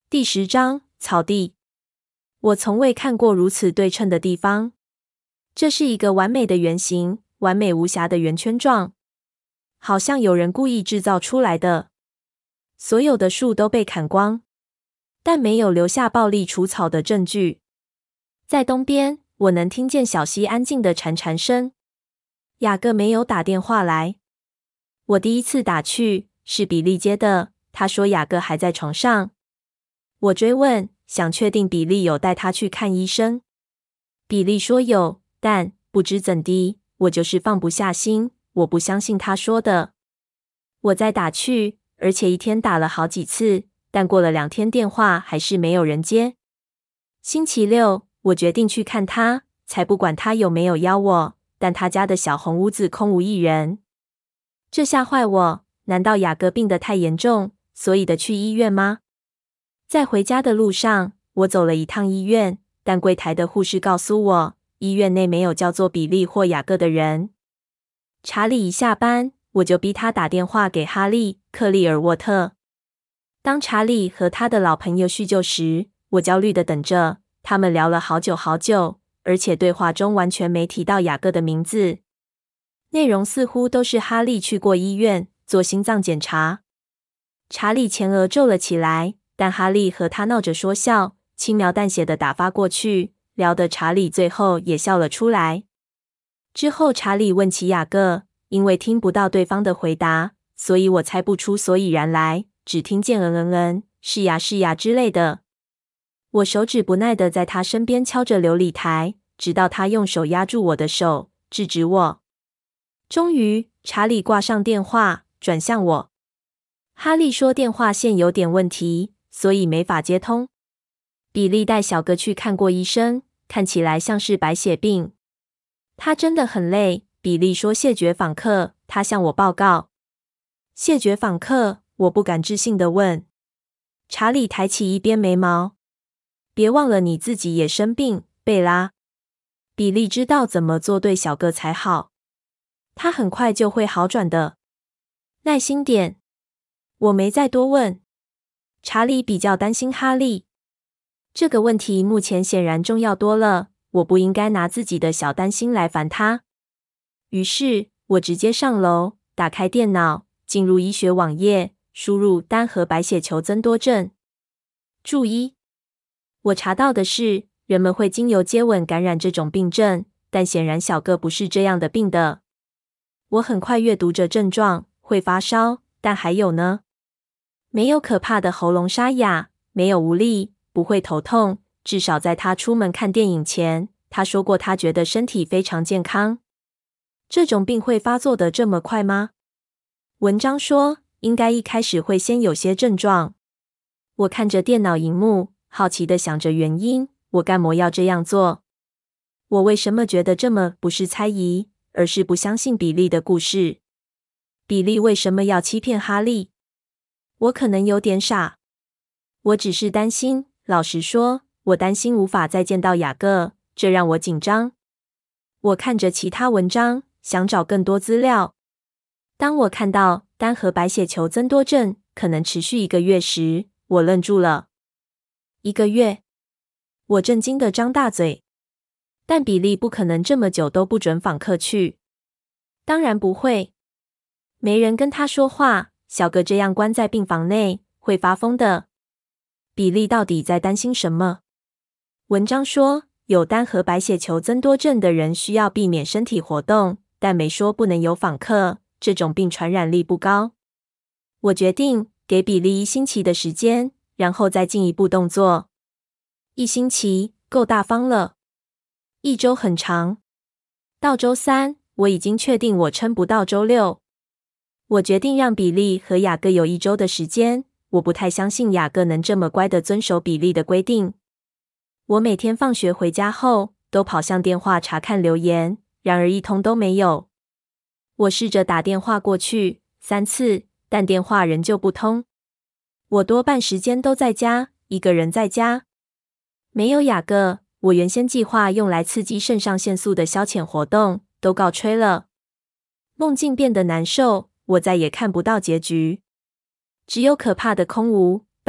第10章草地。我从未看过如此对称的地方。这是一个完美的圆形，完美无瑕的圆圈状，好像有人故意制造出来的。所有的树都被砍光，但没有留下暴力除草的证据。在东边，我能听见小溪安静的潺潺声。雅各没有打电话来。我第一次打去，是比利接的。他说雅各还在床上。我追问，想确定比利有带他去看医生。比利说有，但不知怎的，我就是放不下心，我不相信他说的。我再打去，而且一天打了好几次，但过了2天电话还是没有人接。星期六，我决定去看他，才不管他有没有邀我，但他家的小红屋子空无一人。这吓坏我，难道雅各病得太严重，所以得去医院吗？在回家的路上，我走了一趟医院，但柜台的护士告诉我，医院内没有叫做比利或雅各的人。查理一下班，我就逼他打电话给哈利·克利尔沃特。当查理和他的老朋友叙旧时，我焦虑地等着。他们聊了好久好久，而且对话中完全没提到雅各的名字。内容似乎都是哈利去过医院做心脏检查。查理前额皱了起来，但哈利和他闹着说笑，轻描淡写地打发过去，聊得查理最后也笑了出来。之后查理问起雅各，因为听不到对方的回答，所以我猜不出所以然来，只听见是呀是呀之类的。我手指不耐地在他身边敲着流理台，直到他用手压住我的手，制止我。终于，查理挂上电话，转向我。哈利说电话线有点问题，所以没法接通。比利带小哥去看过医生，看起来像是白血病。他真的很累，比利说谢绝访客，他向我报告。谢绝访客？我不敢置信地问。查理抬起一边眉毛。别忘了你自己也生病，贝拉。比利知道怎么做对小哥才好。他很快就会好转的。耐心点。我没再多问。查理比较担心哈利。这个问题目前显然重要多了，我不应该拿自己的小担心来烦他。于是，我直接上楼，打开电脑，进入医学网页，输入单核白血球增多症。注意，我查到的是，人们会经由接吻感染这种病症，但显然小个不是这样的病的。我很快阅读着症状，会发烧，但还有呢？没有可怕的喉咙沙哑，没有无力，不会头痛，至少在他出门看电影前，他说过他觉得身体非常健康。这种病会发作得这么快吗？文章说，应该一开始会先有些症状。我看着电脑萤幕，好奇地想着原因，我干嘛要这样做？我为什么觉得这么不是猜疑，而是不相信比利的故事？比利为什么要欺骗哈利？我可能有点傻。我只是担心，老实说，我担心无法再见到雅各，这让我紧张。我看着其他文章，想找更多资料。当我看到单核白血球增多症可能持续1个月时，我愣住了。1个月？我震惊地张大嘴。但比利不可能这么久都不准访客去。当然不会。没人跟他说话，小个这样关在病房内，会发疯的。比利到底在担心什么？文章说，有单核白血球增多症的人需要避免身体活动，但没说不能有访客，这种病传染力不高。我决定给比利1星期的时间，然后再进一步动作。1星期够大方了。1周很长。到周3，我已经确定我撑不到周6。我决定让比利和雅各有1周的时间，我不太相信雅各能这么乖地遵守比利的规定。我每天放学回家后，都跑向电话查看留言，然而一通都没有。我试着打电话过去3次，但电话仍旧不通。我多半时间都在家，一个人在家。没有雅各，我原先计划用来刺激肾上腺素的消遣活动都告吹了。梦境变得难受，我再也看不到结局。只有可怕的空无，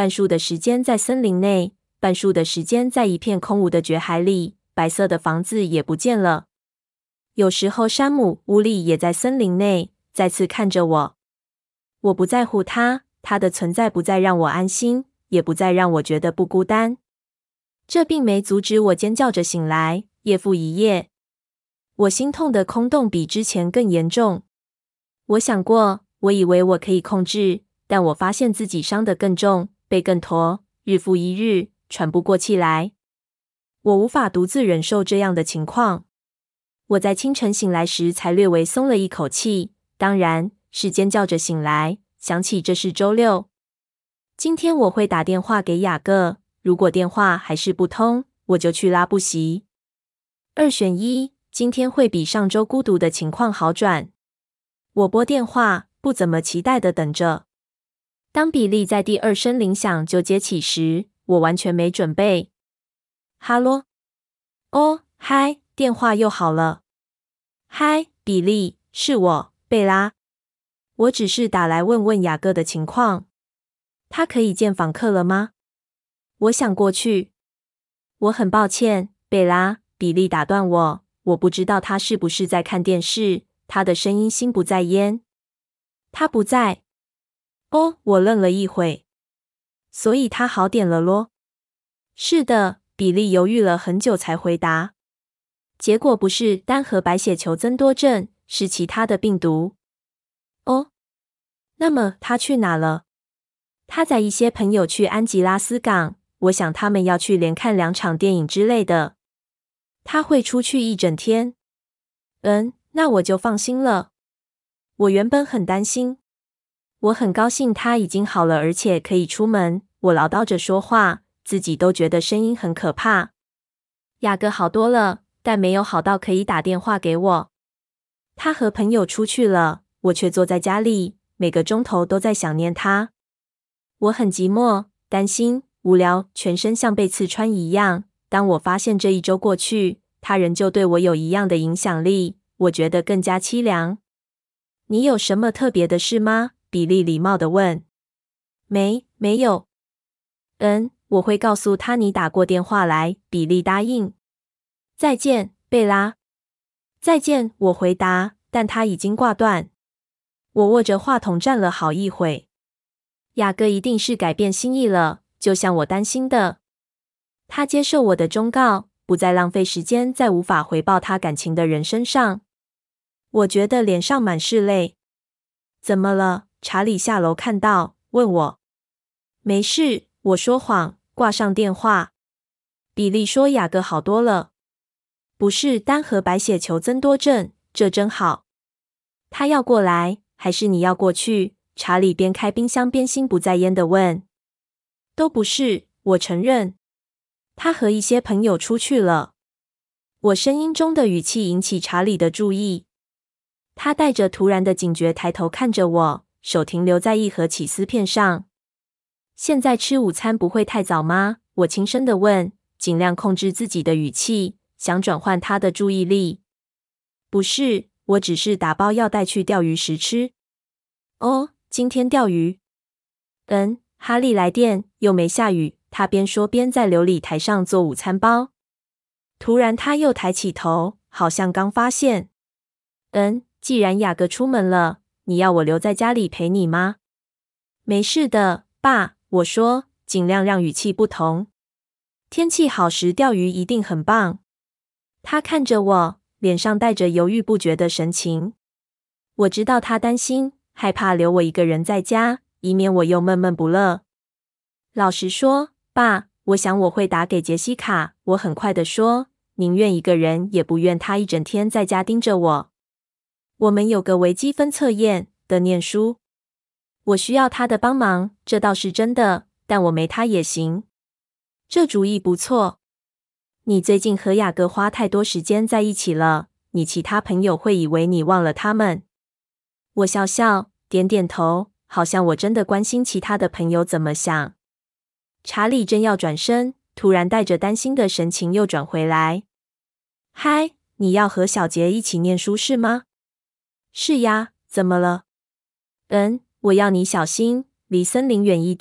半数的时间在森林内，半数的时间在一片空无的绝海里，白色的房子也不见了。有时候山姆·乌利也在森林内，再次看着我。我不在乎他，他的存在不再让我安心，也不再让我觉得不孤单。这并没阻止我尖叫着醒来，夜复一夜。我心痛的空洞比之前更严重。我想过，我以为我可以控制，但我发现自己伤得更重，背更驼，日复一日，喘不过气来。我无法独自忍受这样的情况。我在清晨醒来时才略微松了一口气，当然是尖叫着醒来，想起这是周六。今天我会打电话给雅各，如果电话还是不通，我就去拉布席。2选1，今天会比上周孤独的情况好转。我拨电话，不怎么期待地等着。当比利在第2声铃响就接起时，我完全没准备。哈喽？哦，嗨，电话又好了。嗨，比利，是我，贝拉。我只是打来问问雅各的情况。他可以见访客了吗？我想过去。我很抱歉，贝拉，比利打断我，我不知道他是不是在看电视，他的声音心不在焉。他不在。哦，我愣了一会。所以他好点了咯？是的，比利犹豫了很久才回答。结果不是单核白血球增多症，是其他的病毒。哦，那么他去哪了？他载一些朋友去安吉拉斯港，我想他们要去连看2场电影之类的。他会出去一整天？那我就放心了。我原本很担心。我很高兴他已经好了，而且可以出门。我唠叨着说话，自己都觉得声音很可怕。雅各好多了，但没有好到可以打电话给我。他和朋友出去了，我却坐在家里，每个钟头都在想念他。我很寂寞，担心，无聊，全身像被刺穿一样。当我发现这一周过去，他仍旧对我有一样的影响力，我觉得更加凄凉。你有什么特别的事吗？比利礼貌地问。没有。我会告诉他你打过电话来，比利答应。再见，贝拉。再见，我回答，但他已经挂断。我握着话筒站了好一会。雅各一定是改变心意了，就像我担心的。他接受我的忠告，不再浪费时间在无法回报他感情的人身上。我觉得脸上满是泪。怎么了？查理下楼看到，问我。没事，我说谎，挂上电话。比利说雅各好多了。不是单核白血球增多症，这真好。他要过来，还是你要过去？查理边开冰箱边心不在焉地问。都不是，我承认。他和一些朋友出去了。我声音中的语气引起查理的注意。他带着突然的警觉抬头看着我，手停留在一盒起司片上。现在吃午餐不会太早吗？我轻声地问，尽量控制自己的语气，想转换他的注意力。不是，我只是打包要带去钓鱼时吃。哦，今天钓鱼？哈利来电，又没下雨。他边说边在流理台上做午餐包。突然他又抬起头，好像刚发现。既然雅各出门了，你要我留在家里陪你吗？没事的，爸，我说，尽量让语气不同。天气好时钓鱼一定很棒。他看着我，脸上带着犹豫不决的神情。我知道他担心，害怕留我一个人在家，以免我又闷闷不乐。老实说，爸，我想我会打给杰西卡。我很快地说，宁愿一个人，也不愿他一整天在家盯着我。我们有个微积分测验的念书，我需要他的帮忙，这倒是真的，但我没他也行。这主意不错。你最近和雅各花太多时间在一起了，你其他朋友会以为你忘了他们。我笑笑，点点头，好像我真的关心其他的朋友怎么想。查理正要转身，突然带着担心的神情又转回来。嗨，你要和小杰一起念书是吗？是呀，怎么了？我要你小心，离森林远一点，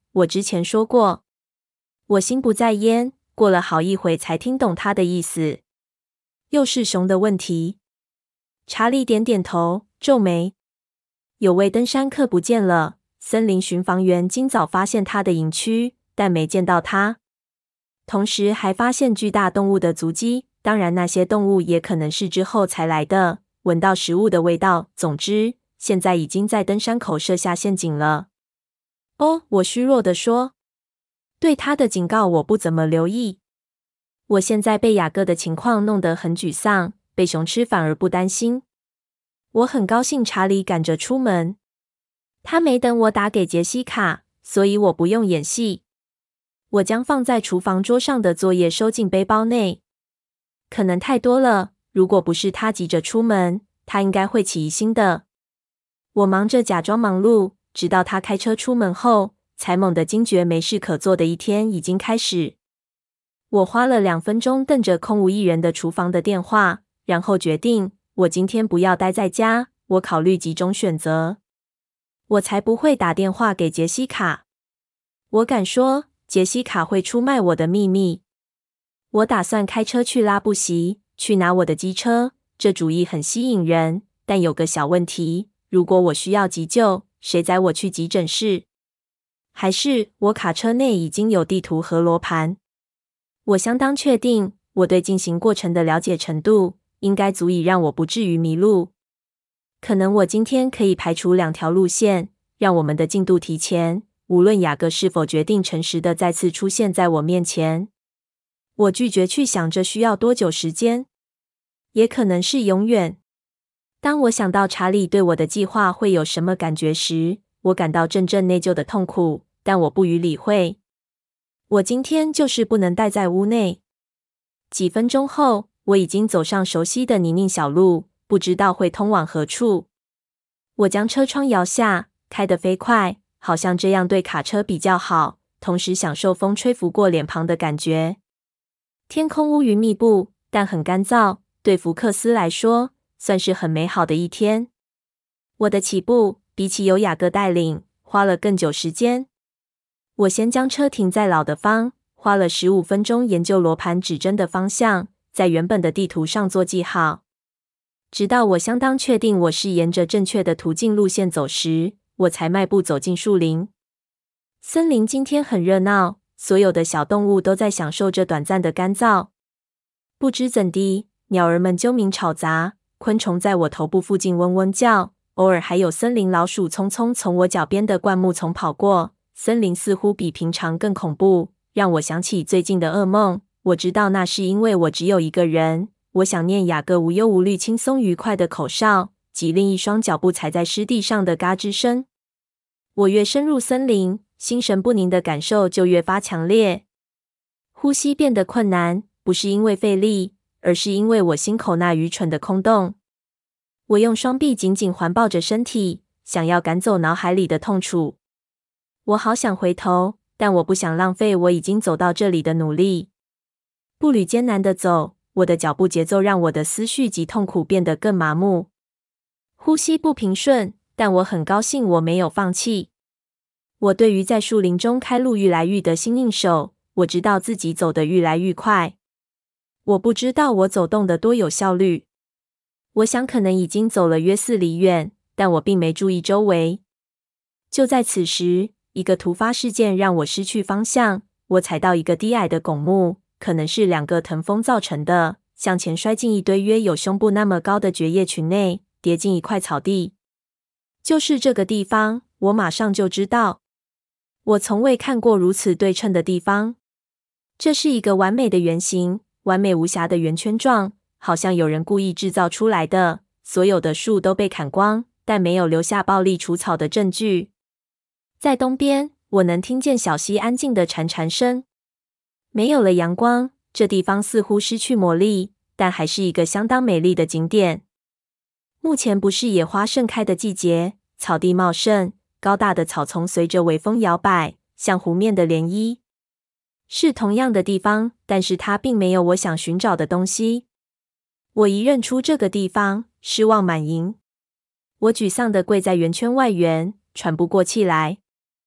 我之前说过。我心不在焉，过了好一会才听懂他的意思。又是熊的问题。查理点点头，皱眉。有位登山客不见了，森林巡防员今早发现他的营区，但没见到他。同时还发现巨大动物的足迹，当然那些动物也可能是之后才来的，闻到食物的味道。总之，现在已经在登山口设下陷阱了。哦，我虚弱地说。对他的警告我不怎么留意。我现在被雅各的情况弄得很沮丧，被熊吃反而不担心。我很高兴查理赶着出门。他没等我打给杰西卡，所以我不用演戏。我将放在厨房桌上的作业收进背包内。可能太多了，如果不是他急着出门，他应该会起疑心的。我忙着假装忙碌，直到他开车出门后，才猛地惊觉没事可做的一天已经开始。我花了2分钟瞪着空无一人的厨房的电话，然后决定我今天不要待在家。我考虑几种选择。我才不会打电话给杰西卡。我敢说，杰西卡会出卖我的秘密。我打算开车去拉布席，去拿我的机车。这主意很吸引人，但有个小问题：如果我需要急救，谁载我去急诊室？还是我卡车内已经有地图和罗盘？我相当确定，我对进行过程的了解程度应该足以让我不至于迷路。可能我今天可以排除2条路线，让我们的进度提前，无论雅各是否决定诚实的再次出现在我面前。我拒绝去想这需要多久时间，也可能是永远。当我想到查理对我的计划会有什么感觉时，我感到阵阵内疚的痛苦，但我不予理会。我今天就是不能待在屋内。几分钟后，我已经走上熟悉的泥泞小路，不知道会通往何处。我将车窗摇下，开得飞快，好像这样对卡车比较好，同时享受风吹拂过脸庞的感觉。天空乌云密布，但很干燥，对福克斯来说，算是很美好的一天。我的起步比起由雅各带领，花了更久时间。我先将车停在老的方，花了15分钟研究罗盘指针的方向，在原本的地图上做记号。直到我相当确定我是沿着正确的途径路线走时，我才迈步走进树林。森林今天很热闹，所有的小动物都在享受这短暂的干燥。不知怎地，鸟儿们啾鸣吵杂，昆虫在我头部附近嗡嗡叫，偶尔还有森林老鼠匆匆从我脚边的灌木丛跑过。森林似乎比平常更恐怖，让我想起最近的噩梦。我知道那是因为我只有一个人。我想念雅各无忧无虑、轻松愉快的口哨，及另一双脚步踩在湿地上的嘎吱声。我越深入森林，心神不宁的感受就越发强烈。呼吸变得困难，不是因为费力，而是因为我心口那愚蠢的空洞。我用双臂紧紧环抱着身体，想要赶走脑海里的痛楚。我好想回头，但我不想浪费我已经走到这里的努力。步履艰难地走，我的脚步节奏让我的思绪及痛苦变得更麻木。呼吸不平顺，但我很高兴我没有放弃。我对于在树林中开路愈来愈得心应手，我知道自己走得愈来愈快。我不知道我走动得多有效率。我想可能已经走了约4里远，但我并没注意周围。就在此时，一个突发事件让我失去方向。我踩到一个低矮的拱木，可能是2个腾风造成的，向前摔进一堆约有胸部那么高的蕨叶群内，跌进一块草地。就是这个地方，我马上就知道。我从未看过如此对称的地方。这是一个完美的圆形，完美无瑕的圆圈状，好像有人故意制造出来的。所有的树都被砍光，但没有留下暴力除草的证据。在东边，我能听见小溪安静的潺潺声。没有了阳光，这地方似乎失去魔力，但还是一个相当美丽的景点。目前不是野花盛开的季节，草地茂盛，高大的草丛随着微风摇摆，像湖面的涟漪。是同样的地方，但是它并没有我想寻找的东西。我一认出这个地方，失望满盈。我沮丧地跪在圆圈外缘，喘不过气来。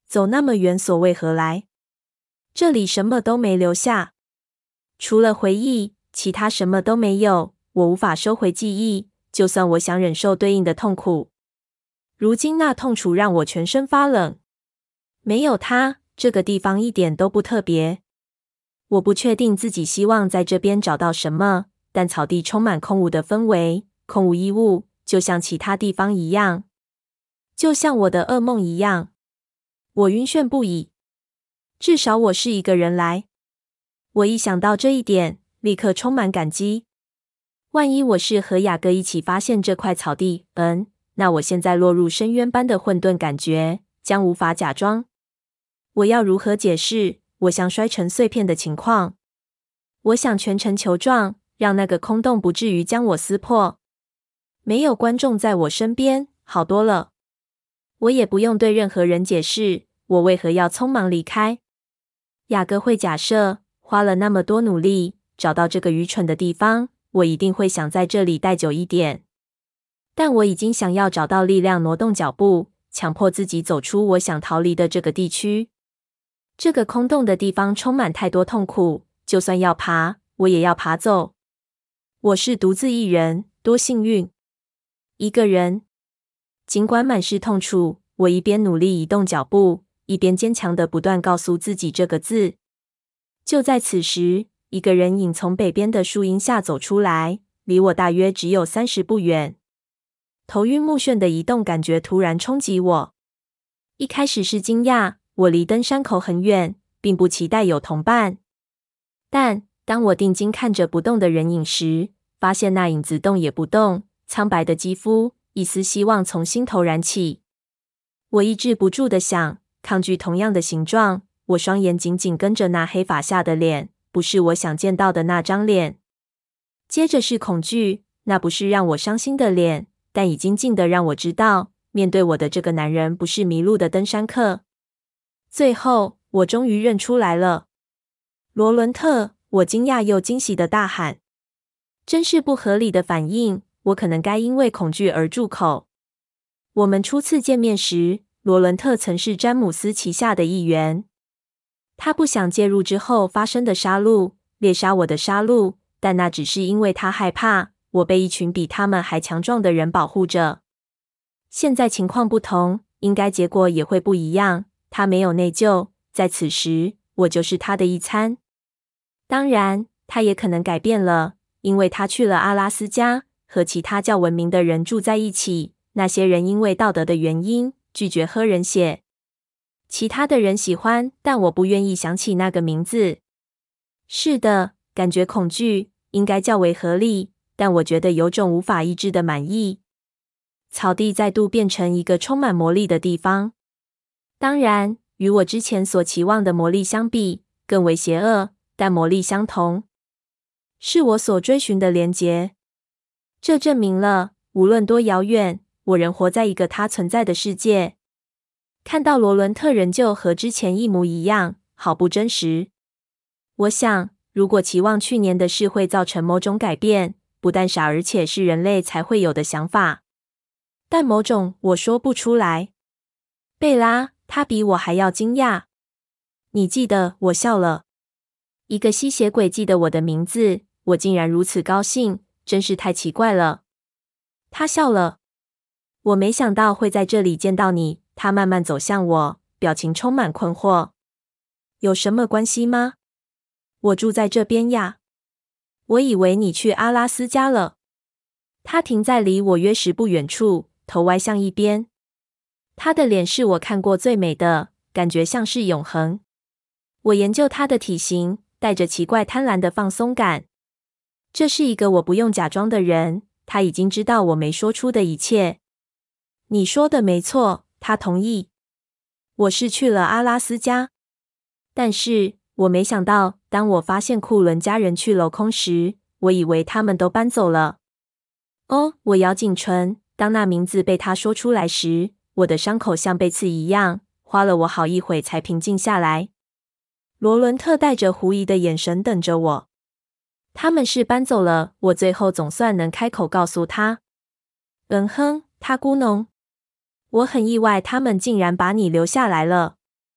走那么远所为何来？这里什么都没留下，除了回忆，其他什么都没有。我无法收回记忆，就算我想忍受对应的痛苦。如今那痛楚让我全身发冷。没有它，这个地方一点都不特别。我不确定自己希望在这边找到什么，但草地充满空无的氛围，空无一物，就像其他地方一样，就像我的噩梦一样。我晕眩不已。至少我是一个人来。我一想到这一点，立刻充满感激。万一我是和雅各一起发现这块草地，那我现在落入深渊般的混沌感觉，将无法假装。我要如何解释我像摔成碎片的情况？我想全程求状，让那个空洞不至于将我撕破。没有观众在我身边，好多了。我也不用对任何人解释我为何要匆忙离开。雅各会假设，花了那么多努力找到这个愚蠢的地方，我一定会想在这里待久一点。但我已经想要找到力量挪动脚步，强迫自己走出我想逃离的这个地区。这个空洞的地方充满太多痛苦，就算要爬，我也要爬走。我是独自一人，多幸运！一个人。尽管满是痛楚，我一边努力移动脚步，一边坚强地不断告诉自己这个字。就在此时，一个人影从北边的树荫下走出来，离我大约只有30步远。头晕目眩的移动感觉突然冲击我。一开始是惊讶，我离登山口很远，并不期待有同伴。但当我定睛看着不动的人影时，发现那影子动也不动，苍白的肌肤，一丝希望从心头燃起。我抑制不住地想，抗拒同样的形状。我双眼紧紧跟着那黑发下的脸，不是我想见到的那张脸。接着是恐惧，那不是让我伤心的脸，但已经近得让我知道，面对我的这个男人不是迷路的登山客。最后，我终于认出来了。罗伦特！我惊讶又惊喜地大喊。真是不合理的反应，我可能该因为恐惧而住口。我们初次见面时，罗伦特曾是詹姆斯旗下的一员。他不想介入之后发生的杀戮，猎杀我的杀戮，但那只是因为他害怕我被一群比他们还强壮的人保护着。现在情况不同，应该结果也会不一样。他没有内疚，在此时，我就是他的一餐。当然，他也可能改变了，因为他去了阿拉斯加，和其他较文明的人住在一起。那些人因为道德的原因，拒绝喝人血。其他的人喜欢，但我不愿意想起那个名字。是的，感觉恐惧应该较为合理，但我觉得有种无法抑制的满意。草地再度变成一个充满魔力的地方。当然，与我之前所期望的魔力相比，更为邪恶，但魔力相同。是我所追寻的连结。这证明了，无论多遥远，我仍活在一个他存在的世界。看到罗伦特仍旧和之前一模一样，好不真实。我想，如果期望去年的事会造成某种改变，不但傻，而且是人类才会有的想法。但某种我说不出来。贝拉，他比我还要惊讶。你记得，我笑了。一个吸血鬼记得我的名字，我竟然如此高兴，真是太奇怪了。他笑了。我没想到会在这里见到你。他慢慢走向我，表情充满困惑。有什么关系吗？我住在这边呀。我以为你去阿拉斯加了。他停在离我约10步远处，头歪向一边。他的脸是我看过最美的，感觉像是永恒。我研究他的体型，带着奇怪贪婪的放松感。这是一个我不用假装的人，他已经知道我没说出的一切。你说的没错，他同意。我是去了阿拉斯加，但是我没想到，当我发现库伦家人去镂空时，我以为他们都搬走了。哦，我咬紧唇，当那名字被他说出来时，我的伤口像被刺一样，花了我好一会才平静下来。罗伦特带着狐疑的眼神等着我。他们是搬走了，我最后总算能开口告诉他。他咕哝。我很意外他们竟然把你留下来了。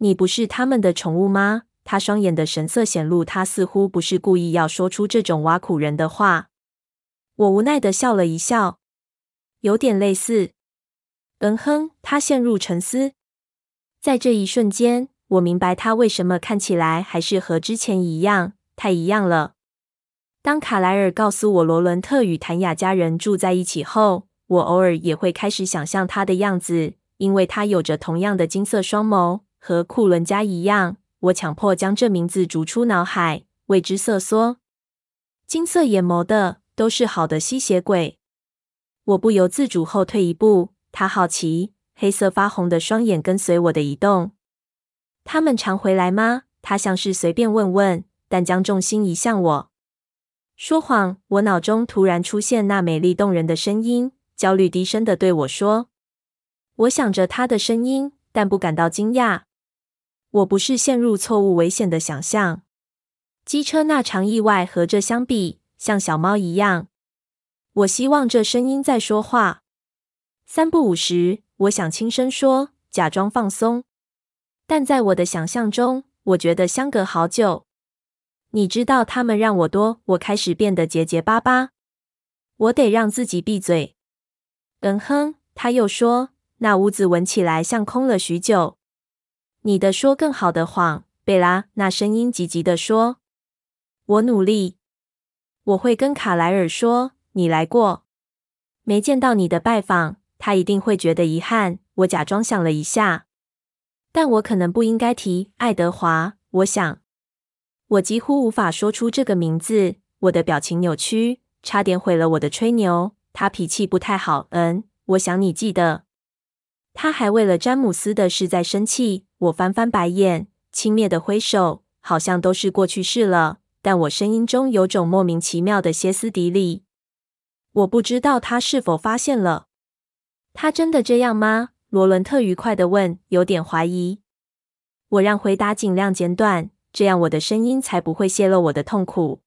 你不是他们的宠物吗？他双眼的神色显露，他似乎不是故意要说出这种挖苦人的话。我无奈地笑了一笑，有点类似。哼，他陷入沉思。在这一瞬间，我明白他为什么看起来还是和之前一样，太一样了。当卡莱尔告诉我罗伦特与谭雅家人住在一起后，我偶尔也会开始想象他的样子，因为他有着同样的金色双眸，和库伦家一样。我强迫将这名字逐出脑海，为之瑟缩。金色眼眸的，都是好的吸血鬼。我不由自主后退一步，他好奇，黑色发红的双眼跟随我的移动。他们常回来吗？他像是随便问问，但将重心移向我。说谎！我脑中突然出现那美丽动人的声音，焦虑低声地对我说。我想着他的声音，但不感到惊讶。我不是陷入错误危险的想象。机车那场意外和这相比，像小猫一样。我希望这声音在说话。三不五时，我想轻声说，假装放松。但在我的想象中，我觉得相隔好久。你知道他们让我开始变得结结巴巴。我得让自己闭嘴。哼，他又说，那屋子闻起来像空了许久。你的说更好的谎，贝拉，那声音急急地说。我努力。我会跟卡莱尔说，你来过。没见到你的拜访，他一定会觉得遗憾。我假装想了一下。但我可能不应该提爱德华，我想。我几乎无法说出这个名字，我的表情扭曲，差点毁了我的吹牛。他脾气不太好，我想你记得。他还为了詹姆斯的事在生气。我翻翻白眼，轻蔑的挥手，好像都是过去式了，但我声音中有种莫名其妙的歇斯底里。我不知道他是否发现了。他真的这样吗？罗伦特愉快地问，有点怀疑。我让回答尽量简短，这样我的声音才不会泄露我的痛苦。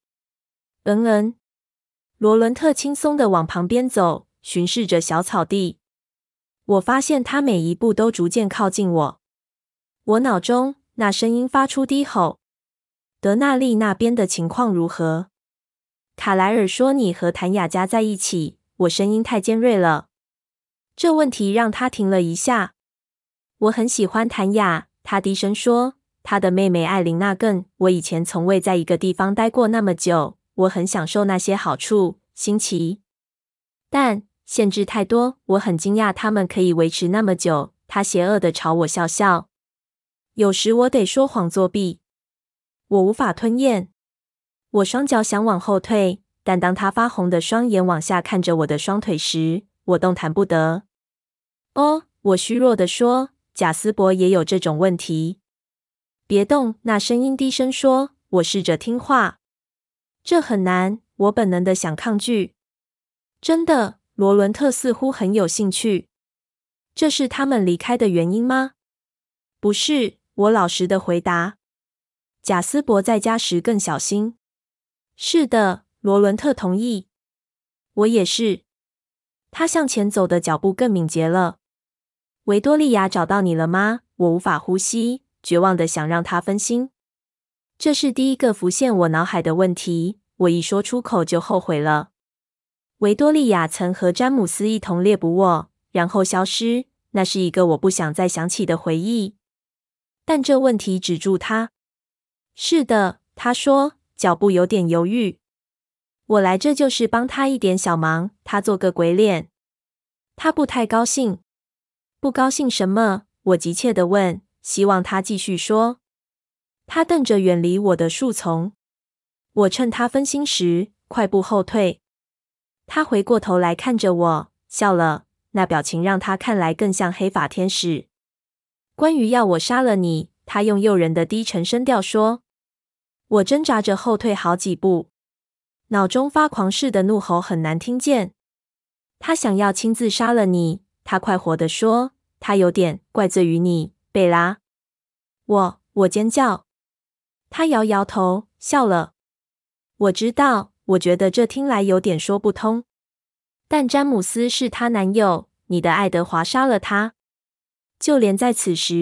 罗伦特轻松地往旁边走，巡视着小草地。我发现他每一步都逐渐靠近我。我脑中那声音发出低吼。德纳利那边的情况如何？卡莱尔说你和谭雅家在一起。我声音太尖锐了。这问题让他停了一下。我很喜欢谭雅，他低声说。他的妹妹艾琳娜更。我以前从未在一个地方待过那么久，我很享受那些好处，新奇。但限制太多，我很惊讶他们可以维持那么久。他邪恶地朝我笑笑。有时我得说谎作弊。我无法吞咽。我双脚想往后退，但当他发红的双眼往下看着我的双腿时，我动弹不得。我虚弱地说，贾斯伯也有这种问题。别动，那声音低声说。我试着听话。这很难，我本能地想抗拒。真的，罗伦特似乎很有兴趣。这是他们离开的原因吗？不是，我老实地回答。贾斯伯在家时更小心。是的，罗伦特同意。我也是。他向前走的脚步更敏捷了。维多利亚找到你了吗？我无法呼吸，绝望地想让他分心。这是第一个浮现我脑海的问题，我一说出口就后悔了。维多利亚曾和詹姆斯一同猎捕我，然后消失，那是一个我不想再想起的回忆。但这问题止住他。是的，他说，脚步有点犹豫。我来这就是帮他一点小忙，他做个鬼脸。他不太高兴。不高兴什么？我急切地问，希望他继续说。他瞪着远离我的树丛。我趁他分心时，快步后退。他回过头来看着我，笑了，那表情让他看来更像黑发天使。关于要我杀了你，他用诱人的低沉声调说。我挣扎着后退好几步，脑中发狂似的怒吼很难听见。他想要亲自杀了你，他快活地说。他有点怪罪于你，贝拉。我尖叫。他摇摇头，笑了。我知道，我觉得这听来有点说不通。但詹姆斯是她男友，你的爱德华杀了他。就连在此时，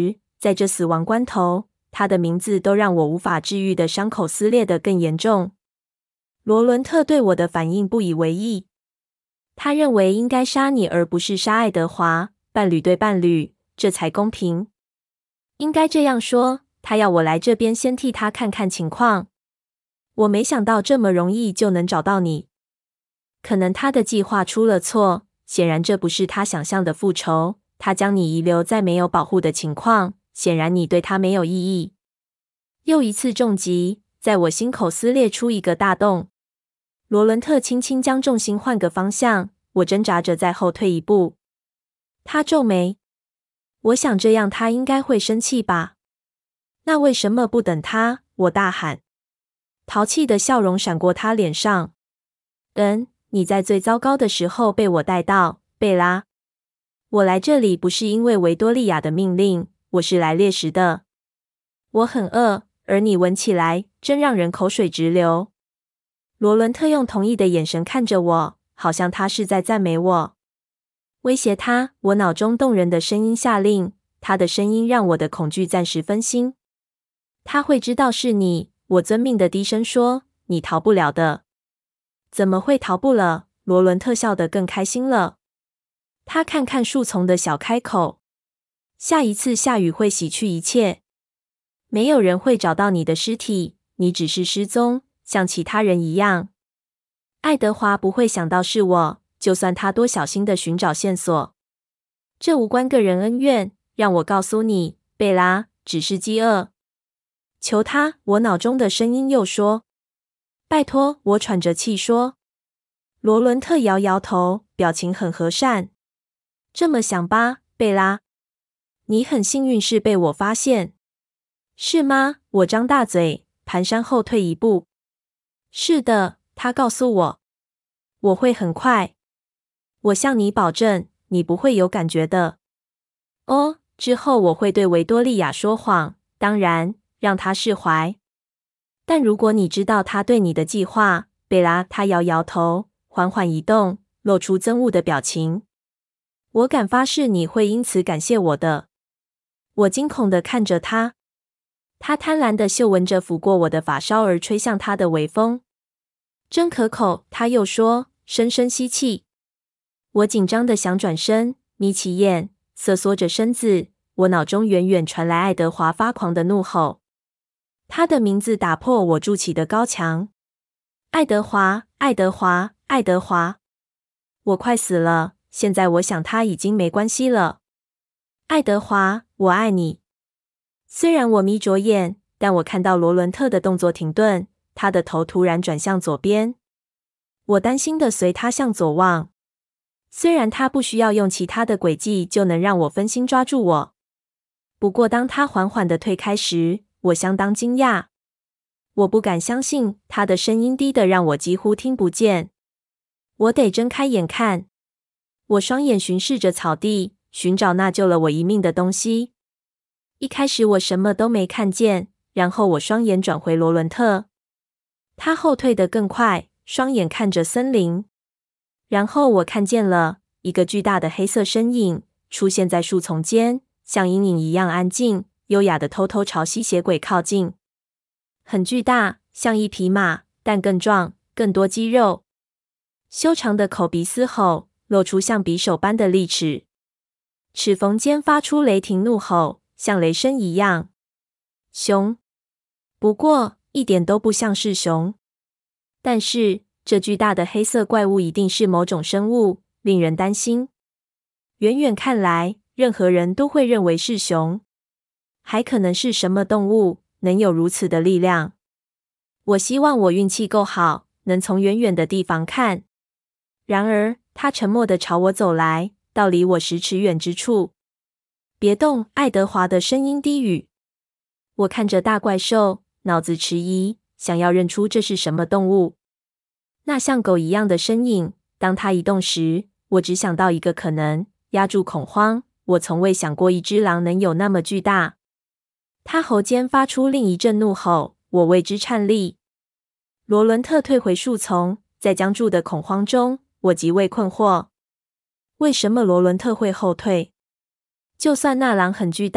在这死亡关头，他的名字都让我无法治愈的伤口撕裂得更严重。罗伦特对我的反应不以为意，他认为应该杀你而不是杀爱德华，伴侣对伴侣，这才公平。应该这样说，他要我来这边先替他看看情况。我没想到这么容易就能找到你。可能他的计划出了错，显然这不是他想象的复仇。他将你遗留在没有保护的情况，显然你对他没有意义。又一次重击，在我心口撕裂出一个大洞。罗伦特轻轻将重心换个方向，我挣扎着再后退一步。他皱眉，我想这样他应该会生气吧？那为什么不等他？我大喊。淘气的笑容闪过他脸上。你在最糟糕的时候被我带到，贝拉。我来这里不是因为维多利亚的命令，我是来猎食的。我很饿，而你闻起来真让人口水直流。罗伦特用同意的眼神看着我，好像他是在赞美我。威胁他，我脑中动人的声音下令，他的声音让我的恐惧暂时分心。他会知道是你，我遵命的低声说，你逃不了的。怎么会逃不了？罗伦特笑得更开心了。他看看树丛的小开口，下一次下雨会洗去一切。没有人会找到你的尸体，你只是失踪，像其他人一样。爱德华不会想到是我，就算他多小心地寻找线索。这无关个人恩怨，让我告诉你，贝拉，只是饥饿。求他，我脑中的声音又说。拜托，我喘着气说。罗伦特摇摇头，表情很和善。这么想吧，贝拉。你很幸运是被我发现。是吗？我张大嘴，蹒跚后退一步。是的，他告诉我。我会很快。我向你保证，你不会有感觉的。哦，之后我会对维多利亚说谎，当然，让她释怀。但如果你知道他对你的计划，贝拉，他摇摇头，缓缓移动，露出憎恶的表情。我敢发誓你会因此感谢我的。我惊恐地看着他，他贪婪地嗅闻着拂过我的发梢而吹向他的微风。真可口，他又说，深深吸气。我紧张地想转身，眯起眼，瑟缩着身子，我脑中远远传来爱德华发狂的怒吼。他的名字打破我筑起的高墙。爱德华，爱德华，爱德华！我快死了，现在我想他已经没关系了。爱德华，我爱你。虽然我眯着眼，但我看到罗伦特的动作停顿，他的头突然转向左边。我担心地随他向左望。虽然他不需要用其他的诡计就能让我分心抓住我，不过当他缓缓地退开时，我相当惊讶。我不敢相信，他的声音低得让我几乎听不见。我得睁开眼看。我双眼巡视着草地，寻找那救了我一命的东西。一开始我什么都没看见，然后我双眼转回罗伦特。他后退得更快，双眼看着森林。然后我看见了一个巨大的黑色身影出现在树丛间，像阴影一样安静，优雅的偷偷朝吸血鬼靠近。很巨大，像一匹马，但更壮，更多肌肉。修长的口鼻嘶吼，露出像匕首般的利齿。齿缝间发出雷霆怒吼，像雷声一样。熊。不过，一点都不像是熊。但是，这巨大的黑色怪物一定是某种生物，令人担心。远远看来，任何人都会认为是熊。还可能是什么动物，能有如此的力量？我希望我运气够好，能从远远的地方看。然而，他沉默地朝我走来，到离我10尺远之处。别动，爱德华的声音低语。我看着大怪兽，脑子迟疑，想要认出这是什么动物。那像狗一样的身影，当它移动时，我只想到一个可能，压住恐慌。我从未想过一只狼能有那么巨大。他喉间发出另一阵怒吼，我为之颤栗。罗伦特退回树丛，在僵住的恐慌中，我极为困惑。为什么罗伦特会后退？就算那狼很巨大，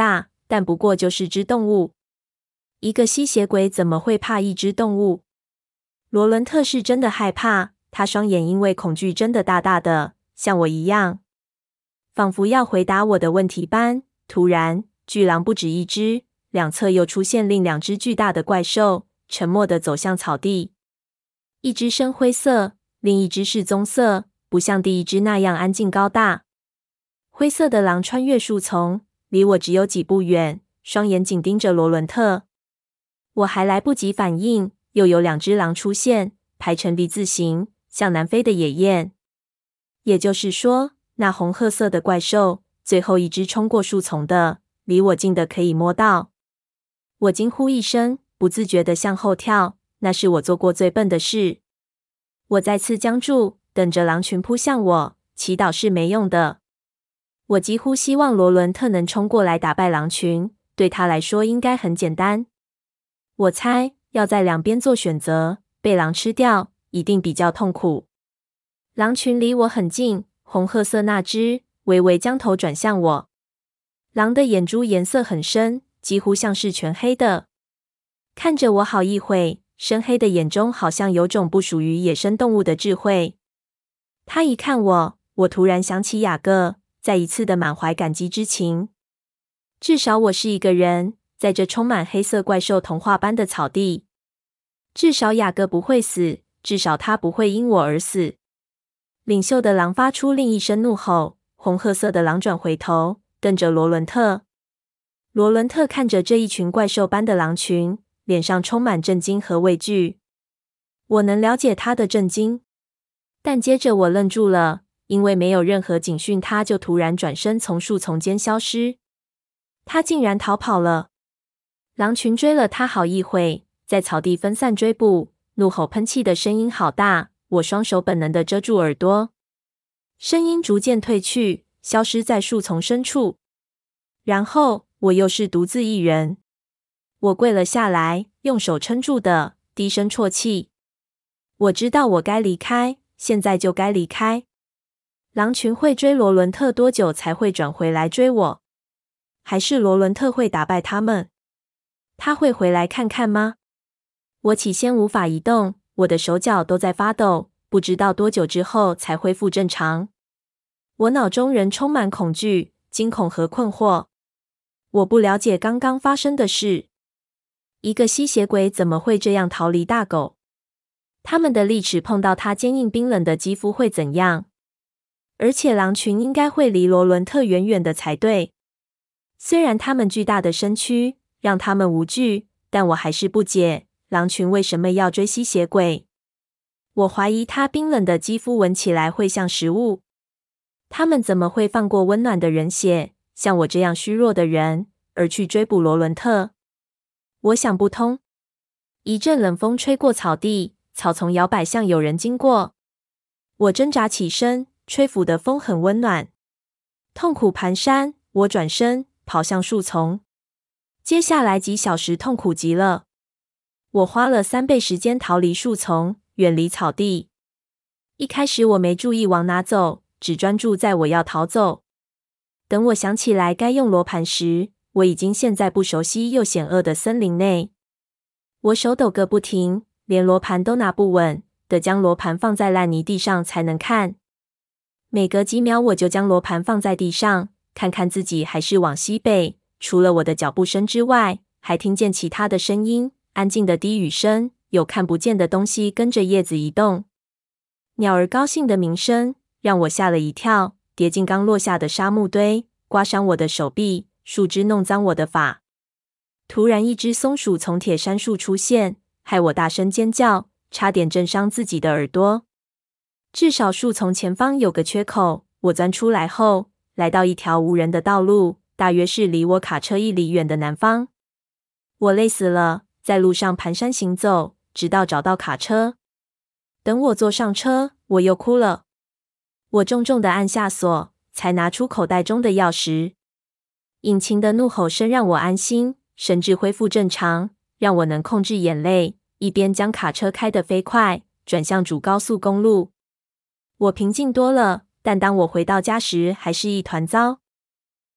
但不过就是只动物。一个吸血鬼怎么会怕一只动物？罗伦特是真的害怕，他双眼因为恐惧睁得大大的，像我一样，仿佛要回答我的问题般。突然，巨狼不止一只，两侧又出现另两只巨大的怪兽，沉默地走向草地。一只深灰色，另一只是棕色，不像第一只那样安静高大。灰色的狼穿越树丛，离我只有几步远，双眼紧盯着罗伦特。我还来不及反应，又有两只狼出现，排成 V 字形，像南非的野雁。也就是说，那红褐色的怪兽，最后一只冲过树丛的，离我近的可以摸到。我惊呼一声，不自觉地向后跳，那是我做过最笨的事。我再次僵住，等着狼群扑向我，祈祷是没用的。我几乎希望罗伦特能冲过来打败狼群，对他来说应该很简单。我猜要在两边做选择，被狼吃掉一定比较痛苦。狼群离我很近，红褐色那只微微将头转向我。狼的眼珠颜色很深，几乎像是全黑的，看着我好一会，深黑的眼中好像有种不属于野生动物的智慧。他一看我，我突然想起雅各，再一次的满怀感激之情。至少我是一个人，在这充满黑色怪兽童话般的草地。至少雅各不会死，至少他不会因我而死。领袖的狼发出另一声怒吼，红褐色的狼转回头，瞪着罗伦特。罗伦特看着这一群怪兽般的狼群，脸上充满震惊和畏惧。我能了解他的震惊，但接着我愣住了，因为没有任何警讯，他就突然转身从树丛间消失。他竟然逃跑了。狼群追了他好一会，在草地分散追捕，怒吼喷气的声音好大，我双手本能地遮住耳朵。声音逐渐退去，消失在树丛深处。然后我又是独自一人。我跪了下来，用手撑住的，低声啜泣。我知道我该离开，现在就该离开。狼群会追罗伦特多久才会转回来追我？还是罗伦特会打败他们？他会回来看看吗？我起先无法移动，我的手脚都在发抖，不知道多久之后才恢复正常。我脑中仍充满恐惧、惊恐和困惑。我不了解刚刚发生的事。一个吸血鬼怎么会这样逃离大狗？他们的利齿碰到它坚硬冰冷的肌肤会怎样？而且狼群应该会离罗伦特远远的才对。虽然他们巨大的身躯让他们无惧，但我还是不解，狼群为什么要追吸血鬼？我怀疑它冰冷的肌肤闻起来会像食物。他们怎么会放过温暖的人血，像我这样虚弱的人，而去追捕罗伦特？我想不通。一阵冷风吹过草地，草丛摇摆，像有人经过。我挣扎起身，吹拂的风很温暖。痛苦蹒跚，我转身跑向树丛。接下来几小时痛苦极了。我花了3倍时间逃离树丛，远离草地。一开始我没注意往哪走，只专注在我要逃走。等我想起来该用罗盘时，我已经陷在不熟悉又险恶的森林内。我手抖个不停，连罗盘都拿不稳，得将罗盘放在烂泥地上才能看。每隔几秒我就将罗盘放在地上，看看自己还是往西背。除了我的脚步声之外，还听见其他的声音，安静的低语声，有看不见的东西跟着叶子移动。鸟儿高兴的鸣声让我吓了一跳，跌进刚落下的沙木堆，刮伤我的手臂，树枝弄脏我的发。突然一只松鼠从铁杉树出现，害我大声尖叫，差点震伤自己的耳朵。至少树丛前方有个缺口，我钻出来后，来到一条无人的道路，大约是离我卡车1里远的南方。我累死了，在路上蹒跚行走，直到找到卡车。等我坐上车，我又哭了。我重重地按下锁，才拿出口袋中的钥匙。引擎的怒吼声让我安心，神志恢复正常，让我能控制眼泪，一边将卡车开得飞快，转向主高速公路。我平静多了，但当我回到家时，还是一团糟。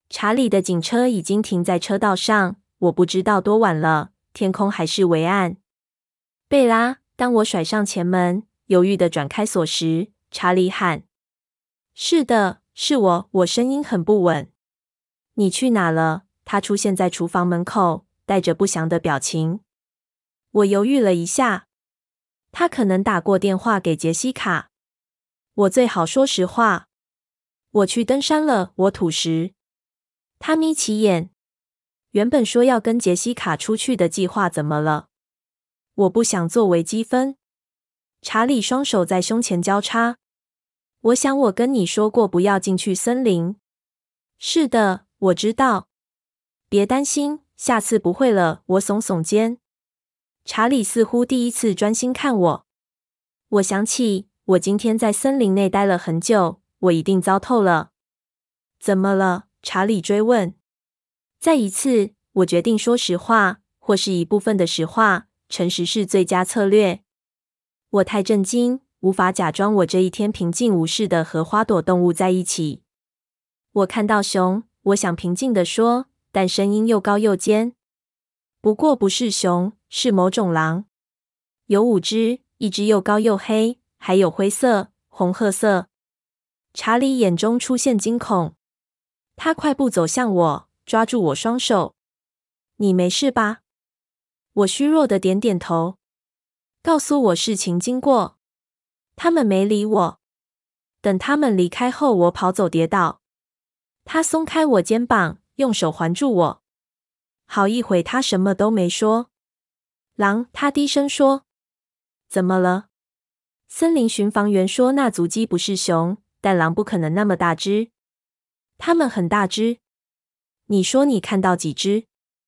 查理的警车已经停在车道上，我不知道多晚了，天空还是微暗。贝拉，当我甩上前门，犹豫地转开锁时，查理喊：“是的，是我。”我声音很不稳。你去哪了？他出现在厨房门口，带着不祥的表情。我犹豫了一下，他可能打过电话给杰西卡。我最好说实话。我去登山了，我吐实。他眯起眼。原本说要跟杰西卡出去的计划怎么了？我不想做微积分。查理双手在胸前交叉。我想我跟你说过不要进去森林。是的，我知道。别担心，下次不会了。我耸耸肩。查理似乎第一次专心看我。我想起，我今天在森林内待了很久，我一定糟透了。怎么了？查理追问。再一次，我决定说实话，或是一部分的实话，诚实是最佳策略。我太震惊，无法假装我这一天平静无事的和花朵动物在一起。我看到熊，我想平静地说，但声音又高又尖。不过不是熊，是某种狼。有5只，一只又高又黑，还有灰色、红褐色。查理眼中出现惊恐，他快步走向我，抓住我双手。你没事吧？我虚弱的点点头。告诉我事情经过。他们没理我。等他们离开后，我跑走跌倒。他松开我肩膀，用手环住我。好一会他什么都没说。狼，他低声说。怎么了？森林巡防员说那足迹不是熊，但狼不可能那么大只。它们很大只。你说你看到几只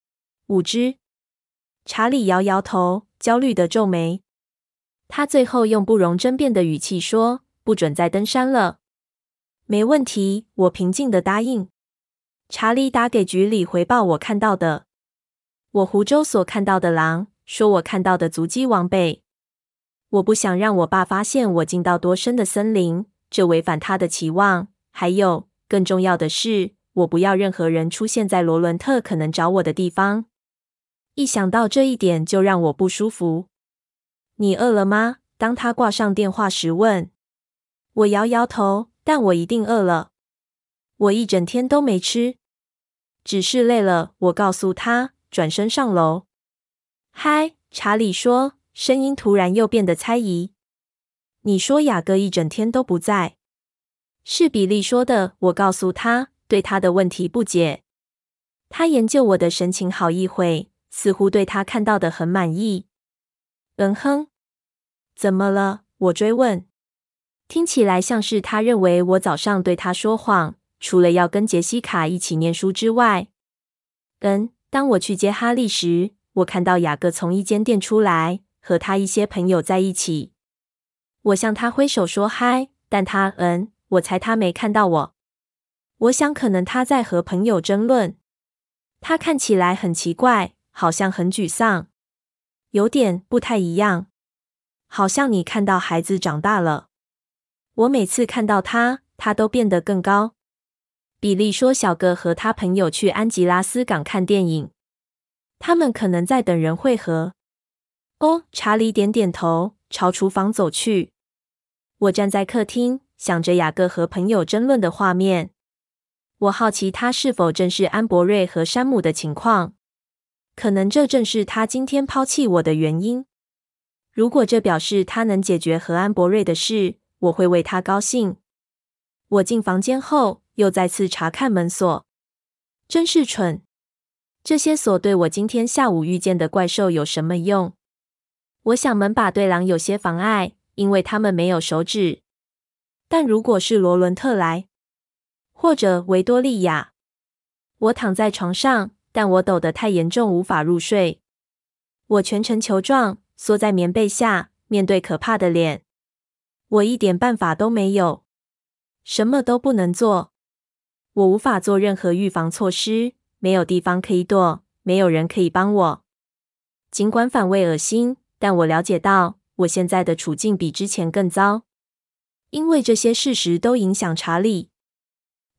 ？5只。查理摇摇头，焦虑地皱眉。他最后用不容争辩的语气说：“不准再登山了。”没问题，我平静地答应。查理打给局里回报我看到的。我湖州所看到的狼，说我看到的足迹往北。我不想让我爸发现我进到多深的森林，这违反他的期望。还有，更重要的是，我不要任何人出现在罗伦特可能找我的地方。一想到这一点就让我不舒服。你饿了吗？当他挂上电话时问。我摇摇头，但我一定饿了。我一整天都没吃。只是累了，我告诉他，转身上楼。嗨，查理说，声音突然又变得猜疑。你说雅各一整天都不在。是比利说的，我告诉他，对他的问题不解。他研究我的神情好一会，似乎对他看到的很满意。嗯哼。怎么了？我追问。听起来像是他认为我早上对他说谎，除了要跟杰西卡一起念书之外。当我去接哈利时，我看到雅各从一间店出来，和他一些朋友在一起。我向他挥手说嗨，但他我猜他没看到我。我想可能他在和朋友争论。他看起来很奇怪，好像很沮丧。有点不太一样。好像你看到孩子长大了。我每次看到他，他都变得更高。比利说小个和他朋友去安吉拉斯港看电影。他们可能在等人会合。哦，查理点点头，朝厨房走去。我站在客厅，想着雅各和朋友争论的画面。我好奇他是否正是安博瑞和山姆的情况。可能这正是他今天抛弃我的原因。如果这表示他能解决和安博瑞的事，我会为他高兴。我进房间后，又再次查看门锁。真是蠢。这些锁对我今天下午遇见的怪兽有什么用？我想门把对狼有些妨碍，因为他们没有手指。但如果是罗伦特来，或者维多利亚。我躺在床上，但我抖得太严重，无法入睡。我全程球状，缩在棉被下，面对可怕的脸。我一点办法都没有，什么都不能做。我无法做任何预防措施，没有地方可以躲，没有人可以帮我。尽管反胃恶心，但我了解到，我现在的处境比之前更糟。因为这些事实都影响查理。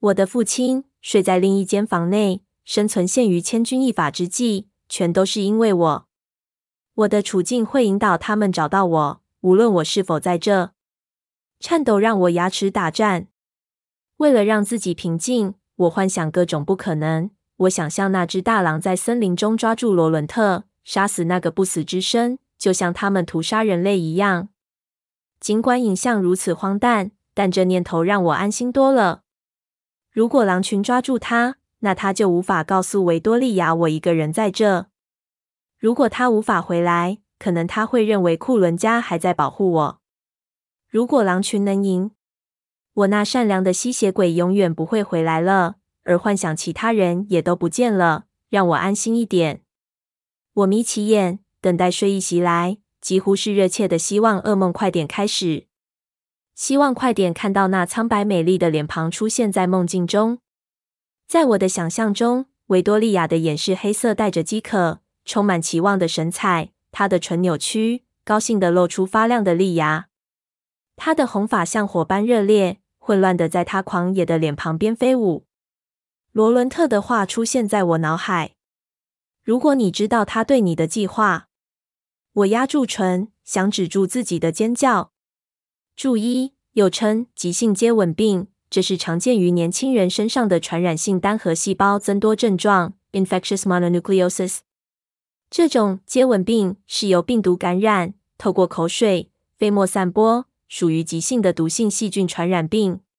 我的父亲睡在另一间房内，生存陷于千钧一发之际，全都是因为我。我的处境会引导他们找到我，无论我是否在这。颤抖让我牙齿打颤。为了让自己平静，我幻想各种不可能。我想象那只大狼在森林中抓住罗伦特，杀死那个不死之身，就像他们屠杀人类一样。尽管影像如此荒诞，但这念头让我安心多了。如果狼群抓住他，那他就无法告诉维多利亚我一个人在这。如果他无法回来，可能他会认为库伦家还在保护我。如果狼群能赢，我那善良的吸血鬼永远不会回来了，而幻想其他人也都不见了，让我安心一点。我眯起眼，等待睡意袭来，几乎是热切的希望噩梦快点开始，希望快点看到那苍白美丽的脸庞出现在梦境中。在我的想象中，维多利亚的眼是黑色，带着饥渴，充满期望的神采，她的唇扭曲，高兴地露出发亮的利牙。她的红发像火般热烈，混乱地在她狂野的脸旁边飞舞。罗伦特的话出现在我脑海。如果你知道他对你的计划。我压住唇，想止住自己的尖叫。注意，又称急性接吻病，这是常见于年轻人身上的传染性单核细胞增多症状 （infectious mononucleosis）。这种接吻病是由病毒感染，透过口水、飞沫散播，属于急性的毒性细菌传染病。